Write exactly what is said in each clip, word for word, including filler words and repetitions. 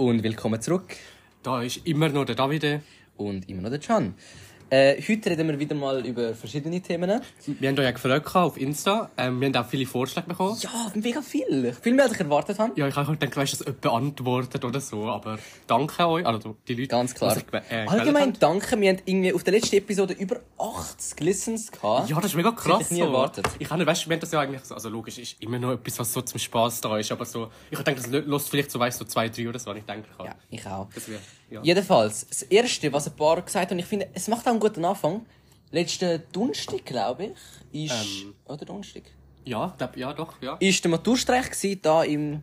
und willkommen zurück. Da ist immer noch der Davide. Und immer noch der Can. Äh, heute reden wir wieder mal über verschiedene Themen. Wir haben euch ja gefragt auf Insta. Ähm, wir haben auch viele Vorschläge bekommen. Ja, mega viel. Viel mehr, als ich erwartet habe. Ja, ich habe gedacht, weißt du, das jemand beantwortet oder so. Aber danke euch, also die Leute, Ganz klar. die sich äh, Allgemein danke. Wir haben irgendwie auf der letzten Episode über achtzig Listens gehabt. Ja, das ist mega krass. Das hätte ich nie so. erwartet. Ich habe nicht, weißt du, wir haben das ja eigentlich so, also logisch, ist immer noch etwas, was so zum Spass da ist. Aber so, ich denke, das lässt vielleicht so, weißt du, so zwei, drei oder so, wenn ich denke. Ja, ich auch. Das wär, ja. Jedenfalls, das Erste, was ein paar gesagt haben, ich finde, es macht auch einen guten Anfang. Letzten Donnerstag, glaube ich, ist... Ähm. Oder Donnerstag? Ja, da, ja, doch, ja. Ist der Maturstreich gewesen, da im...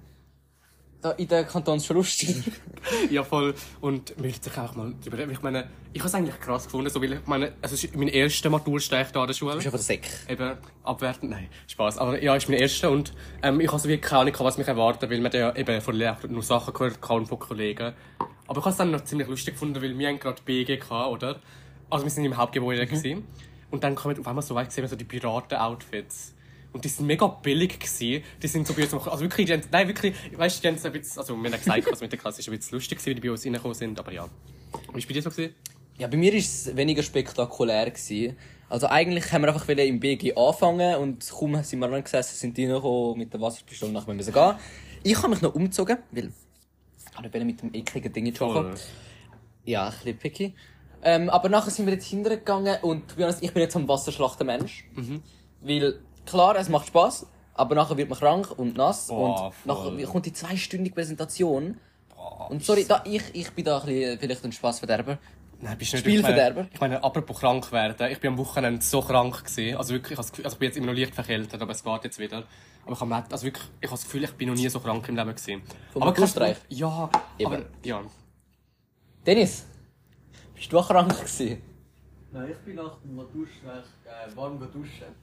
Da in der Kantonsverlust. Ja, voll. Und mir sich auch mal überlegen. Ich meine, ich habe es eigentlich krass gefunden, so, weil ich meine, es ist mein erster Maturstreich da an der Schule. Du bist einfach der Säck. Eben, abwertend, nein, Spaß. Aber ja, ist mein erster und ähm, ich habe so wirklich keine Ahnung, was mich erwartet, weil man ja eben von Lehrern nur Sachen gehört und von Kollegen. Aber ich habe es dann noch ziemlich lustig gefunden, weil wir haben gerade B G gehabt, oder? Also wir sind im Hauptgebäude mhm. Und dann kommen auf einmal so weit gesehen, so die Piraten-Outfits. Und die sind mega billig gewesen. Die sind so bei uns, also wirklich, die haben, nein, wirklich, weißt du, die haben so ein bisschen, also wir haben gesagt, also mit der Klasse ist ein bisschen lustig gewesen, wie die bei uns reingekommen sind, aber ja. Wie war es bei dir so gewesen? Ja, bei mir war es weniger spektakulär gewesen. Also eigentlich haben wir einfach im B G anfangen und kaum sind wir dann gesessen, sind die noch mit der Wasserpistole nach müssen gehen. Ich habe mich noch umgezogen, weil ich wollte mit dem ekligen Ding joggen. Ja, ein bisschen picky. Ähm, aber nachher sind wir jetzt hintergegangen und ich bin jetzt ein Wasserschlachtenmensch. Mhm. Weil, klar, es macht Spass, aber nachher wird man krank und nass. Boah, und nachher kommt die zweistündige Präsentation. Boah, und sorry, da, ich, ich bin da ein bisschen, vielleicht ein Spassverderber. Nein, bist nicht. Spielverderber. Ich meine, ich meine, apropos krank werden. Ich bin am Wochenende so krank gewesen. Also wirklich, ich, habe das Gefühl, also ich bin jetzt immer noch leicht verkältet, aber es geht jetzt wieder. Aber ich habe, also wirklich, ich habe das Gefühl, ich bin noch nie so krank im Leben gewesen. Vom Maturstreich? Ja, eben. Aber, ja. Dennis, bist du auch krank gewesen? Nein, ich bin nach dem Maturstreich äh, warm duschen.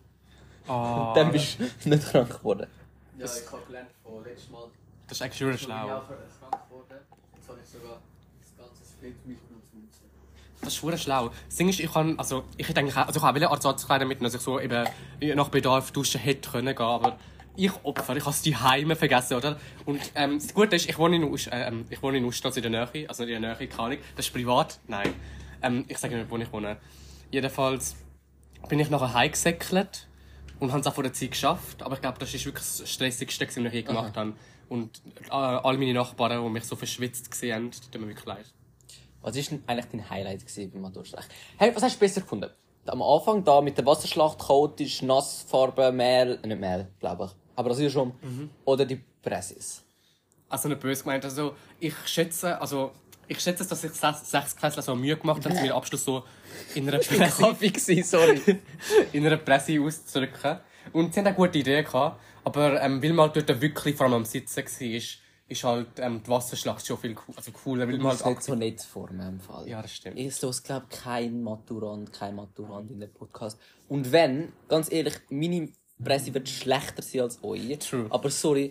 Ah, und dann bist du nicht krank geworden? Ja, ich habe gelernt von letztes Mal. Das ist eigentlich schon Ich bin schlau. auch krank geworden. Jetzt habe ich sogar das ganze Split mitgenommen zum Nutzen. Das ist schon schlau. Das Ding ist, ich kann, also, ich hätte eigentlich auch, also ich habe Ersatzkleider mitnehmen, dass ich so eben nach Bedarf duschen hätte können gehen, aber ich Opfer, ich habe es die Heime vergessen, oder? Und ähm, das Gute ist, ich wohne in Ust, äh, ich wohne in Ustraz in der Nähe, also in der Nähe, keine Ahnung. Das ist privat? Nein. Ähm, ich sage nicht, wo ich wohne. Jedenfalls bin ich nachher heimgesäckelt und habe es auch vor der Zeit geschafft, aber ich glaube, das ist wirklich das Stressigste, was ich je gemacht habe. Und äh, all meine Nachbarn, die mich so verschwitzt gesehen haben, die tun mir wirklich leid. Was war denn eigentlich dein Highlight beim Maturstreich? Hey, was hast du besser gefunden? Am Anfang da mit der Wasserschlacht, chaotisch, Nassfarbe, Mehl, nicht Mehl, glaube ich. Aber das ist schon. Mhm. Oder die Pressis? Also nicht böse gemeint, also ich schätze, also ich schätze, dass ich sechs Klässler so Mühe gemacht habe, meinen Abschluss so in einer Presse, Kaffee gewesen, sorry. in einer Presse auszudrücken. Und sie haben auch gute Ideen gehabt, aber ähm, weil man halt dort wirklich vor allem am Sitzen war, ist, ist halt ähm, die Wasserschlacht schon viel cool, also cooler, weil man halt nicht aktiv... so nett vor mir im Fall. Ja, das stimmt. Ich so, es glaube kein Maturant, kein Maturant in dem Podcast. Und wenn, ganz ehrlich, meine Presse wird schlechter sein als eure. True. Aber sorry,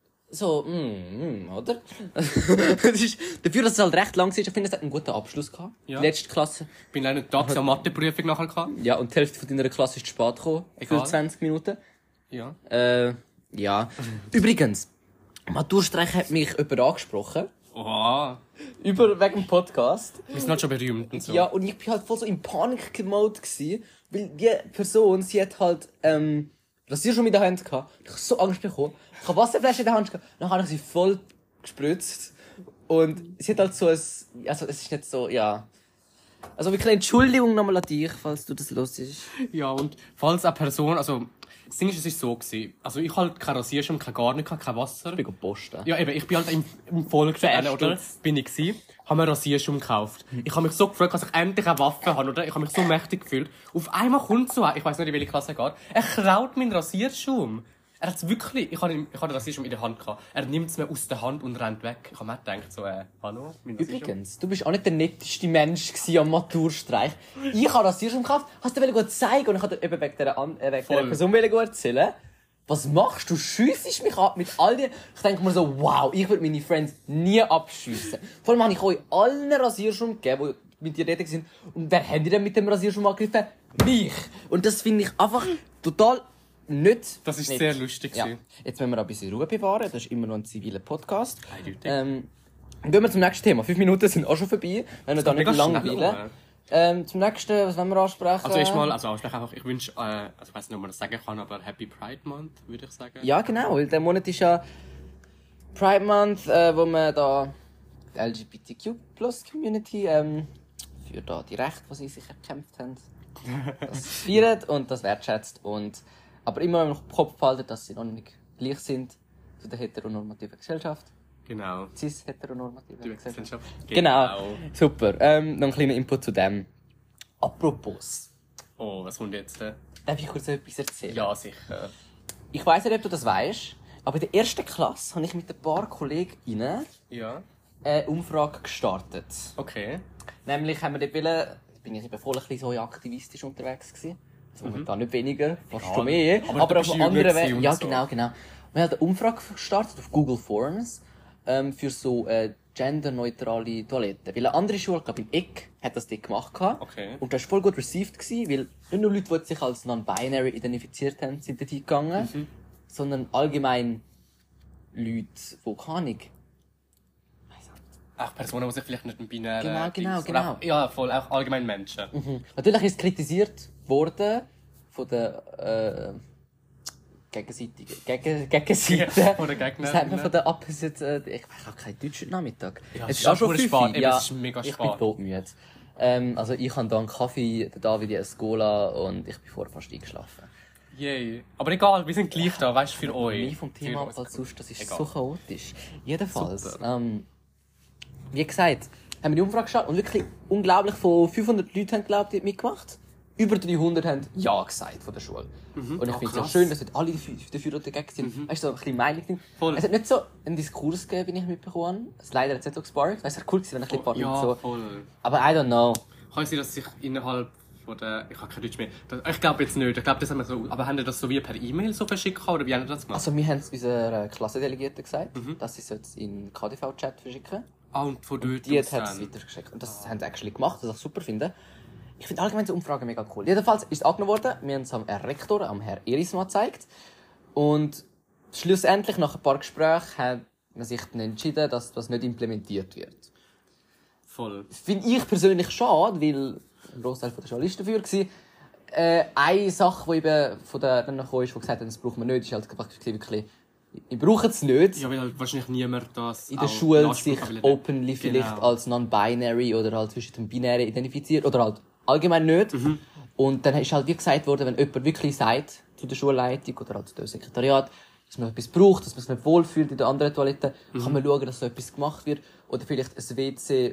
so, mm, mm, oder? Das ist, dafür, dass es halt recht lang ist, ich finde, es hat einen guten Abschluss gehabt. Ja. Letzte Klasse. Ich bin leider Tag zur Matheprüfung nachher gehabt. Ja, und die Hälfte von deiner Klasse ist zu spät gekommen. Egal. Für zwanzig Minuten. Ja. Äh, ja. Übrigens, Maturstreich hat mich jemand angesprochen. Oha. Über, wegen dem Podcast. Wir sind halt schon berühmt und so. Ja, und ich bin halt voll so im Panik-Mode gewesen, weil die Person, sie hat halt, ähm, Rasierschaum in der Hand gehabt. Ich hab so Angst bekommen. Ich hab Wasserflasche in der Hand gehabt. Dann habe ich sie voll gespritzt. Und sie hat halt so ein, also es ist nicht so, ja. Also wirklich Entschuldigung nochmal an dich, falls du das los ist. Ja, und falls eine Person, also, das Ding ist, es ist so gewesen. Also, ich halt kein Rasierschaum, kein gar nichts, kein Wasser. Ich bin posten. Ja, eben, ich bin halt im, im Volksstellen, oder? Bin ich gewesen, habe mir einen Rasierschaum gekauft. Ich habe mich so gefreut, dass ich endlich eine Waffe habe, oder? Ich habe mich so mächtig gefühlt. Auf einmal kommt so, ich weiss nicht, in welche Klasse er geht, er kraut meinen Rasierschaum. Er hat's wirklich, ich habe ihn, ich habe den Rasierschaum in der Hand gehabt. Er nimmt es mir aus der Hand und rennt weg. Ich habe mir gedacht, so, äh, hallo, mein Rasierschaum. Übrigens, du bist auch nicht der netteste Mensch gewesen am Maturstreich. Ich habe Rasierschaum gekauft, hast du dir gut zeigen und ich habe dir eben wegen dieser, An äh, wegen dieser Person gut erzählen. Was machst du? Schiessest mich ab mit all den... Ich denke mir so, wow, ich würde meine Friends nie abschiessen. Vor allem habe ich euch allen Rasierschaum gegeben, die mit dir reden sind. Und wer hat ihr denn mit dem Rasierschaum angegriffen? Mich! Und das finde ich einfach total nicht... Das ist nicht. sehr lustig. Ja. Jetzt müssen wir ein bisschen Ruhe bewahren. Das ist immer noch ein ziviler Podcast. Ähm, Gehen wir zum nächsten Thema. Fünf Minuten sind auch schon vorbei, wenn wir da nicht mega langweilen. schnell, Ähm, zum nächsten, was wollen wir ansprechen? Also erstmal, also ansprechen einfach, ich wünsche, äh, also ich weiß nicht, ob man das sagen kann, aber Happy Pride Month, würde ich sagen. Ja, genau, weil der Monat ist ja Pride Month, äh, wo man da die L G B T Q Plus Community ähm, für da die Rechte, die sie sich erkämpft haben, das feiert und das wertschätzt. Und, aber immer noch im Kopf behalten, dass sie noch nicht gleich sind zu der heteronormativen Gesellschaft. Genau. Cis-heteronormative Die Gesellschaft. Gesellschaft. Genau. Super. Ähm, noch ein kleiner Input zu dem. Apropos. Oh, was kommt jetzt? Äh? Darf ich kurz etwas erzählen? Ja, sicher. Ich weiss nicht, ob du das weißt, aber in der ersten Klasse habe ich mit ein paar KollegInnen Ja. eine Umfrage gestartet. Okay. Nämlich haben wir dort wollen, bin ich eben voll ein bisschen so aktivistisch unterwegs gewesen. Also momentan nicht weniger, fast Ja, schon mehr. aber Aber, du auf bist andere jünger Wege. gewesen Ja, und so. genau, genau. Wir haben eine Umfrage gestartet auf Google Forms ähm, für so äh, genderneutrale Toiletten. Weil eine andere Schule, ich glaube im Eck, hat das dort gemacht. gehabt. Okay. Und das war voll gut received, gewesen, weil nicht nur Leute, die sich als non-binary identifiziert haben, sind dort hingegangen, Mhm. sondern allgemein Leute, die keine Ahnung. Auch Personen, die sich vielleicht nicht im binären... Genau, genau, Dings- genau. Auch, ja, voll, auch allgemein Menschen. Mhm. Natürlich ist es kritisiert worden von der äh, gegenseitigen gegen, Gegenseite. Von der Gegner. Was sagt man von der Opposite? Äh, ich habe keinen deutschen Nachmittag. Ja, es es ist auch schon fünf spät. Uhr. Eben, Ja, es ist mega ich spät. bin todmüde. Ähm, also ich habe da einen Kaffee, der David eine Skola und ich bin vorher fast eingeschlafen. Yay. Aber egal, wir sind gleich da, weißt du, für Mehr euch. vom Thema ab Für als sonst, das ist Egal. so chaotisch. Jedenfalls, Super. ähm, wie gesagt, haben wir die Umfrage gestartet und wirklich unglaublich von fünfhundert Leuten haben, glaube ich, mitgemacht. Über dreihundert haben Ja gesagt von der Schule. Und ich Ah, finde es ja krass. schön, dass nicht alle dafür dafür oder dagegen sind. Weißt du, so ein bisschen Meinung. Voll. Es hat nicht so einen Diskurs gegeben, wie ich mitbekommen habe. Es leider hat es nicht so gesparkt. Es wäre cool gewesen, wenn ein bisschen Ja, so. voll. Aber I don't know. Kann es sein, dass sich innerhalb von der... Ich habe kein Deutsch mehr. Das, ich glaube jetzt nicht. Ich glaube, das haben wir so... Aber haben die das so wie per E-Mail so verschickt oder wie haben die das gemacht? Also wir haben es unserer Klassendelegierten gesagt, Mhm. dass sie es jetzt in K D V-Chat verschicken. Ah, und von dort Die aus hat es dann. weitergeschickt. Und das haben sie actually gemacht, was ich super finde. Ich finde allgemein so Umfragen mega cool. Jedenfalls ist es angenommen worden. Wir haben es am Herrn Rektor, am Herrn Erismann gezeigt. Und schlussendlich, nach ein paar Gesprächen, hat man sich dann entschieden, dass das nicht implementiert wird. Voll. Finde ich persönlich schade, weil ein Großteil der Journalisten dafür war. Äh, eine Sache, die eben von der dann kam, ist, die gesagt hat, das braucht man nicht, ist halt einfach wirklich, wir brauchen es nicht. Ja, weil halt wahrscheinlich niemand das In der auch Schule in sich Anspruch will. openly vielleicht Genau. als non-binary oder halt zwischen dem Binären identifiziert oder halt allgemein nicht. Mhm. Und dann ist halt wie gesagt worden, wenn jemand wirklich sagt zu der Schulleitung oder halt zu dem Sekretariat, dass man etwas braucht, dass man sich nicht wohlfühlt in der anderen Toilette, Mhm. kann man schauen, dass so etwas gemacht wird. Oder vielleicht ein W C,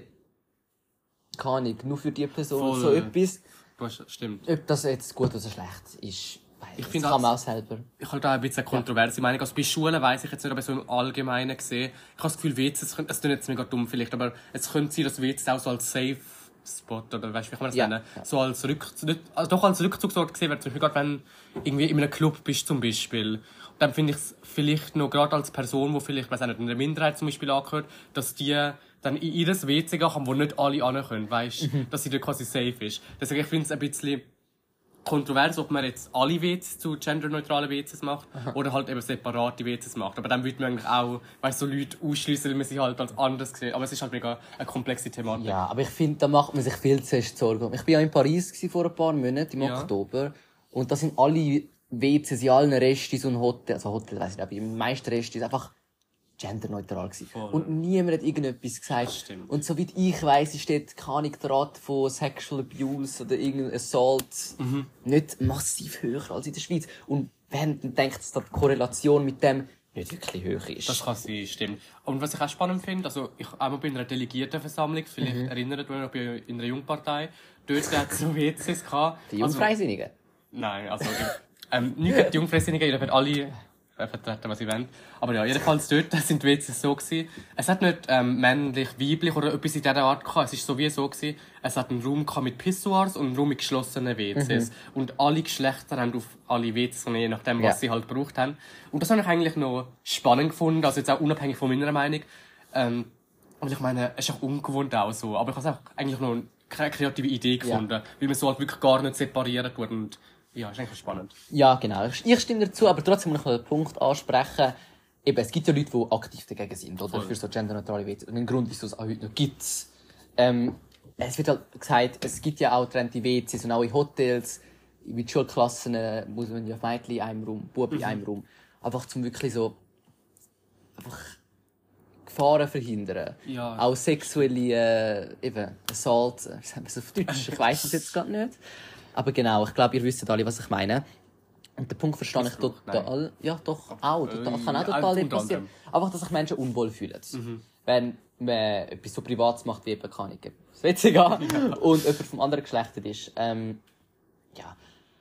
keine Ahnung, nur für die Person, Voll. so etwas. Du hast, stimmt. Ob das jetzt gut oder schlecht ist, weil Ich das finde kann man das- auch selber. Ich habe da ein bisschen eine kontroverse Meinung. Also bei Schulen weiss ich jetzt nicht, aber so im Allgemeinen gesehen, ich habe das Gefühl, W Cs, es klingt jetzt mega dumm vielleicht, aber es könnte sein, dass W Cs auch so als Safe Spot oder weißt du, wie kann man das Ja, nennen? ja. So als Rückzug, nicht, also doch als Rückzugsort gesehen wird, zum Beispiel gerade wenn irgendwie in einem Club bist zum Beispiel. Und dann finde ich es vielleicht noch gerade als Person, die vielleicht, weiss auch nicht, einer Minderheit zum Beispiel angehört, dass die dann in ihres W C gehen kann, wo nicht alle hin können, weißt Mhm. dass sie da quasi safe ist. Deswegen ich finde es ein bisschen kontrovers, ob man jetzt alle W Cs zu genderneutralen W Cs macht oder halt eben separate W Cs macht. Aber dann würde man eigentlich auch, weißt, so Leute ausschließen, weil man sie halt als anders sieht. Aber es ist halt mega eine komplexe Thematik. Ja, aber ich finde, da macht man sich viel zu fest Sorgen. Ich war ja in Paris gewesen vor ein paar Monaten, im Ja. Oktober. Und da sind alle W Cs in allen Restis und Hotels, also Hotels weiss ich nicht, aber in den meisten Restis einfach genderneutral gewesen. Voll. Und niemand hat irgendetwas gesagt. Das stimmt. Und soweit ich weiss, ist dort keine Ahnung, die Rate von Sexual Abuse oder irgendein Assault Mhm. nicht massiv höher als in der Schweiz. Und wenn dann denkt, dass da die Korrelation mit dem nicht wirklich hoch ist. Das kann sein, stimmt. Und was ich auch spannend finde, also ich einmal bei einer Delegiertenversammlung, vielleicht Mhm. erinnert ihr euch bei in einer Jungpartei, dort hat es so W Cs gehabt. Die Also, Jungfreisinnigen. nein, also ähm, nicht gegen die Jungfreisinnigen, ihr könnt alle äh, vertreten, was sie wollen. Aber ja, jedenfalls dort sind die W Cs so gewesen. Es hat nicht ähm, männlich, weiblich oder etwas in dieser Art gehabt. Es ist so wie so gewesen. Es hat einen Raum gehabt mit Pissoirs und einen Raum mit geschlossenen W Cs. Und alle Geschlechter haben auf alle W Cs, je nachdem, was Ja. sie halt gebraucht haben. Und das habe ich eigentlich noch spannend gefunden, also jetzt auch unabhängig von meiner Meinung. Ähm, und ich meine, es ist auch ungewohnt auch so. Aber ich habe es auch eigentlich noch eine kreative Idee gefunden, weil man so halt wirklich gar nicht separieren tut. Und ja, ist eigentlich spannend. Ja, genau. Ich stimme dazu, aber trotzdem muss ich noch einen Punkt ansprechen. eben, es gibt ja Leute, die aktiv dagegen sind, oder? Voll. Für so genderneutrale W Cs. Und ein Grund, wieso es auch heute noch gibt. Ähm, es wird halt gesagt, es gibt ja auch getrennte W Cs und auch in Hotels, mit Schulklassen äh, muss man ja Mädchen in einem Raum, Buben in einem Raum. Einfach zum wirklich so, einfach Gefahren verhindern. Ja. Auch sexuelle, äh, eben, Assault, äh, wie sagen wir es auf Deutsch? Ich weiss es jetzt gerade nicht. Aber genau, ich glaube, ihr wisst alle, was ich meine. Und den Punkt verstehe ich Missbrauch, total. Ja, doch, auch. Total, Äh, kann auch ja, total unter nicht passieren. Einfach, dass sich Menschen unwohl fühlen. Mhm. Wenn man etwas so Privates macht, wie eben, kann ich das W C gehen und jemand vom anderen Geschlecht ist. Ähm, ja.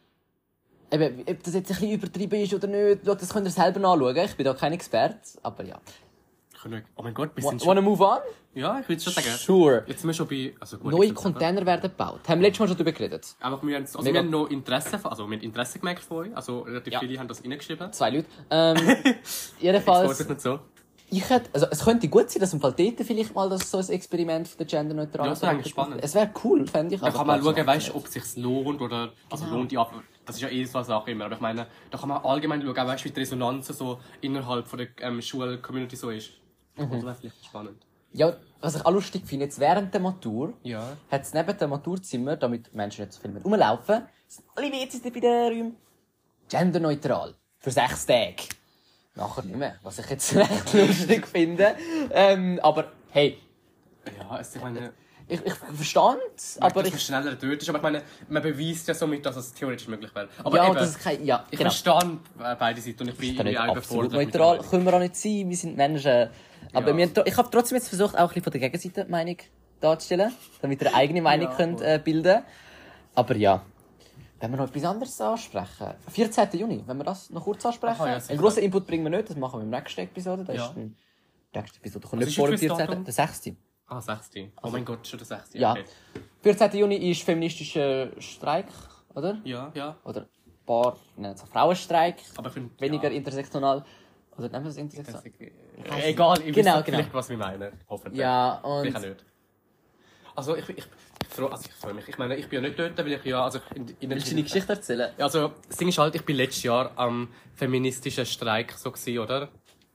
Eben, ob das jetzt ein bisschen übertrieben ist oder nicht, das könnt ihr selber nachschauen. Ich bin da kein Experte, aber ja. Oh mein Gott, wir Wa- sind Wanna schon... move on? Ja, ich würde schon sagen. Sure. Jetzt sind wir schon bei... Also gut, Neue ich find's einfach- Container werden gebaut. Haben wir letztes Mal schon darüber geredet? Einfach, wir haben, also Mega. wir haben noch Interesse, von- also wir haben Interesse gemerkt von euch. Also relativ Ja. viele haben das reingeschrieben. Zwei Leute. Ähm, Es jedenfalls, nicht so. ich hätte, also es könnte gut sein, dass im Fall dort vielleicht mal das so ein Experiment von der Genderneutralen... Ja, das wäre eigentlich spannend. Es wäre cool, fände ich. Da aber kann man ich glaub, schauen, das weißt, macht ob es sich lohnt oder... Also Genau. lohnt die ab... Das ist ja eh so eine Sache immer. Aber ich meine, da kann man allgemein schauen, weißt, wie die Resonanz so innerhalb von der ähm, Schul-Community so ist. Mhm. Das wäre vielleicht spannend. Ja, was ich auch lustig finde, jetzt während der Matur Ja. hat es neben dem Maturzimmer, damit Menschen nicht so viel mehr rumlaufen, sind alle W Cs bei den Räumen genderneutral. Für sechs Tage. Nachher nicht mehr, was ich jetzt recht lustig finde. Ähm, aber hey, Ja, es, ich meine... ich, ich verstehe es, Aber aber dass man ich... schneller dort ist, aber ich meine, man beweist ja somit, dass es theoretisch möglich wäre. Aber Ja, eben, das ist kein... Ja, ich genau. verstehe äh, beide Seiten und ich bin Ich bin nicht irgendwie auch absolut überfordert mit neutral, der können wir auch nicht sein, wir sind Menschen. Aber Ja. wir, haben tro- ich habe trotzdem jetzt versucht, auch ein bisschen von der Gegenseite die Meinung darzustellen, damit ihr eine eigene Meinung Ja, könnt, voll. äh, bilden. Aber ja, wenn wir noch etwas anderes ansprechen. vierzehnten Juni, wenn wir das noch kurz ansprechen. Aha, ja, sicher. Einen grossen Input bringen wir nicht, das machen wir im nächsten Episode. Das Ja. ist ein, die nächste Episode kommt Was nicht ist vor dem das für ein vierzehnten Datum? Der sechste Ah, sechste. Oh mein Gott, schon der sechste. Ja. Okay. vierzehnten Juni ist feministischer Streik, oder? Ja, ja. Oder Paar, nennen es Frauenstreik. Aber ich finde... Weniger ja. intersektional. Oder nennen wir es intersektional? Äh, Egal, ich Genau, weiß genau. vielleicht, was wir meinen. Hoffentlich. Ja, und... Vielleicht auch nicht. Also ich, ich, ich, freue, also ich freue mich. Ich meine, ich bin ja nicht dort, weil ich ja... Also in, in Willst du deine Geschichte erzählen? Ja, also das Ding ist halt, ich bin letztes Jahr am feministischen Streik so gewesen, oder?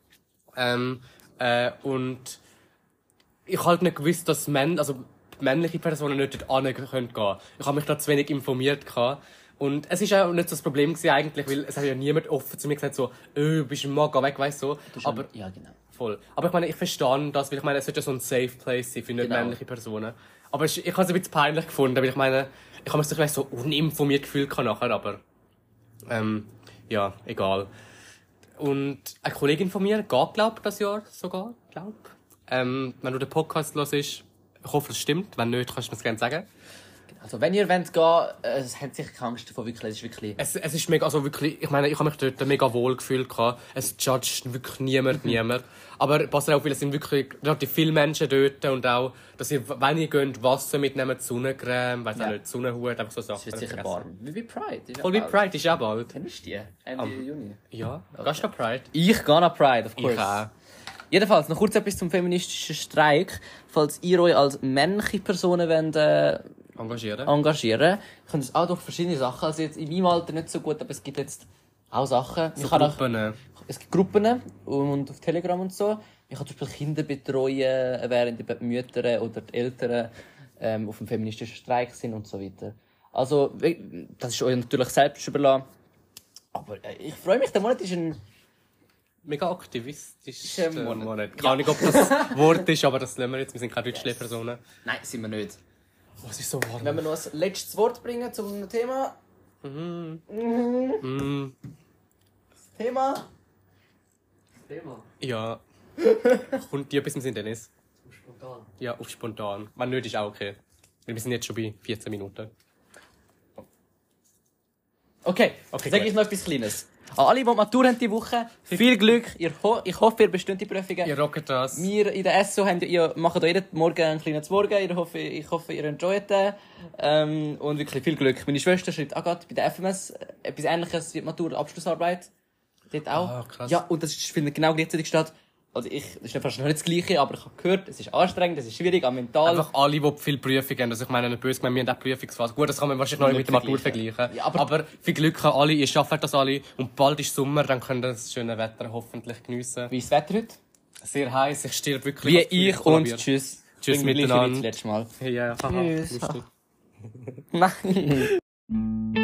Ähm, äh, und ich halt nicht gewusst, dass Männ, also männliche Personen nicht dort hin können gehen. Ich habe mich da zu wenig informiert gehabt. Und es ist auch nicht so das Problem gewesen eigentlich, weil es hat ja niemand offen zu mir gesagt so, äh, du bist ein Mann, geh weg, weißt du. So. Aber Ja, genau. voll. Aber ich meine, ich verstehe das, weil ich meine, es sollte ja so ein Safe Place sein für nicht Genau. männliche Personen. Aber es- ich habe es ein bisschen peinlich gefunden, weil ich meine, ich habe mich so, vielleicht so uninformiert gefühlt nachher, aber ähm, ja, egal. Und eine Kollegin von mir geht, glaube ich, das Jahr sogar, glaub. Ähm, wenn du den Podcast hörst, ich hoffe, das stimmt. Wenn nicht, kannst du mir das gerne sagen. Also, wenn ihr wollt gehen, äh, es hat sicher keine Angst davon, wirklich, es ist wirklich... Es, es ist mega, also wirklich, ich meine, ich habe mich dort mega wohl gefühlt gehabt. Es judgt wirklich niemand, niemand. Aber passt auf, weil es sind wirklich relativ viele Menschen dort und auch, dass ihr, wenn ihr geht, Wasser mitnehmen, Sonnencreme, weiss Ja. auch nicht, Sonnenhut, einfach so Es Sachen. wird sicher vergessen. warm. Wie bei Pride. ist ja Voll wie bald. Pride ist auch bald. Kennst du die? Ende Juni. Ja, gehst du an Pride? Ich gehe nach Pride, of course. Ich auch. Jedenfalls, noch kurz etwas zum feministischen Streik. Falls ihr euch als männliche Personen wollt, äh, Engagieren. engagieren könnt ihr auch durch verschiedene Sachen. Also jetzt in meinem Alter nicht so gut, aber es gibt jetzt auch Sachen. So Man kann auch- Gruppen. äh, Es gibt Gruppen und auf Telegram und so. Ich kann zum Beispiel Kinder betreuen, während die Mütter oder die Eltern ähm, auf dem feministischen Streik sind und so weiter. Also, we- das ist euch natürlich selbst überlassen. Aber äh, ich freue mich, der Monat ist ein... Mega aktivistisch. Ist ein äh, Monat. Monat. Keine Ahnung, ob das Wort ist, aber das lassen wir jetzt. Wir sind keine Deutschlehrpersonen. Nein, sind wir nicht. Oh, es ist so warm. Wenn wir noch ein letztes Wort bringen zum Thema... Mm, Thema... Thema. ja. Kommt dir bis zum Sinn, Dennis? Spontan. Ja, auf spontan. Wenn nicht, ist auch okay. Weil wir sind jetzt schon bei vierzehn Minuten. Okay, Okay, sage gut. ich noch etwas Kleines. An alle, die Matur haben diese Woche, viel Glück. Ihr ho ich hoffe, ihr bestimmt die Prüfungen. Ihr rockt das. Wir in der S O haben, ja- ihr macht euch jeden Morgen einen kleinen Morgen. Ich hoffe, ich hoffe, ihr enjoyt den. Ähm, und wirklich viel Glück. Meine Schwester schreibt auch gerade bei der F M S etwas Ähnliches wie die Matur, Abschlussarbeit. Dort auch. Ah, krass. Ja, und das ist, findet genau gleichzeitig statt. Also ich, das ist wahrscheinlich nicht das Gleiche, aber ich habe gehört, es ist anstrengend, es ist schwierig, auch mental. Einfach alle, die viel Prüfungen haben. Also ich meine, nicht böse gemeint, wir haben auch Prüfungsphase. Gut, das kann man wahrscheinlich noch nicht mit der Matur vergleichen. Ja, aber, aber viel Glück an alle, ihr schafft das alle. Und bald ist Sommer, dann könnt ihr das schöne Wetter hoffentlich geniessen. Wie ist das Wetter heute? Sehr heiß, ich stirb wirklich. Wie ich und tschüss. Tschüss miteinander. Das letzte Mal. Hey, ja, haha, Tschüss. lustig. Nein.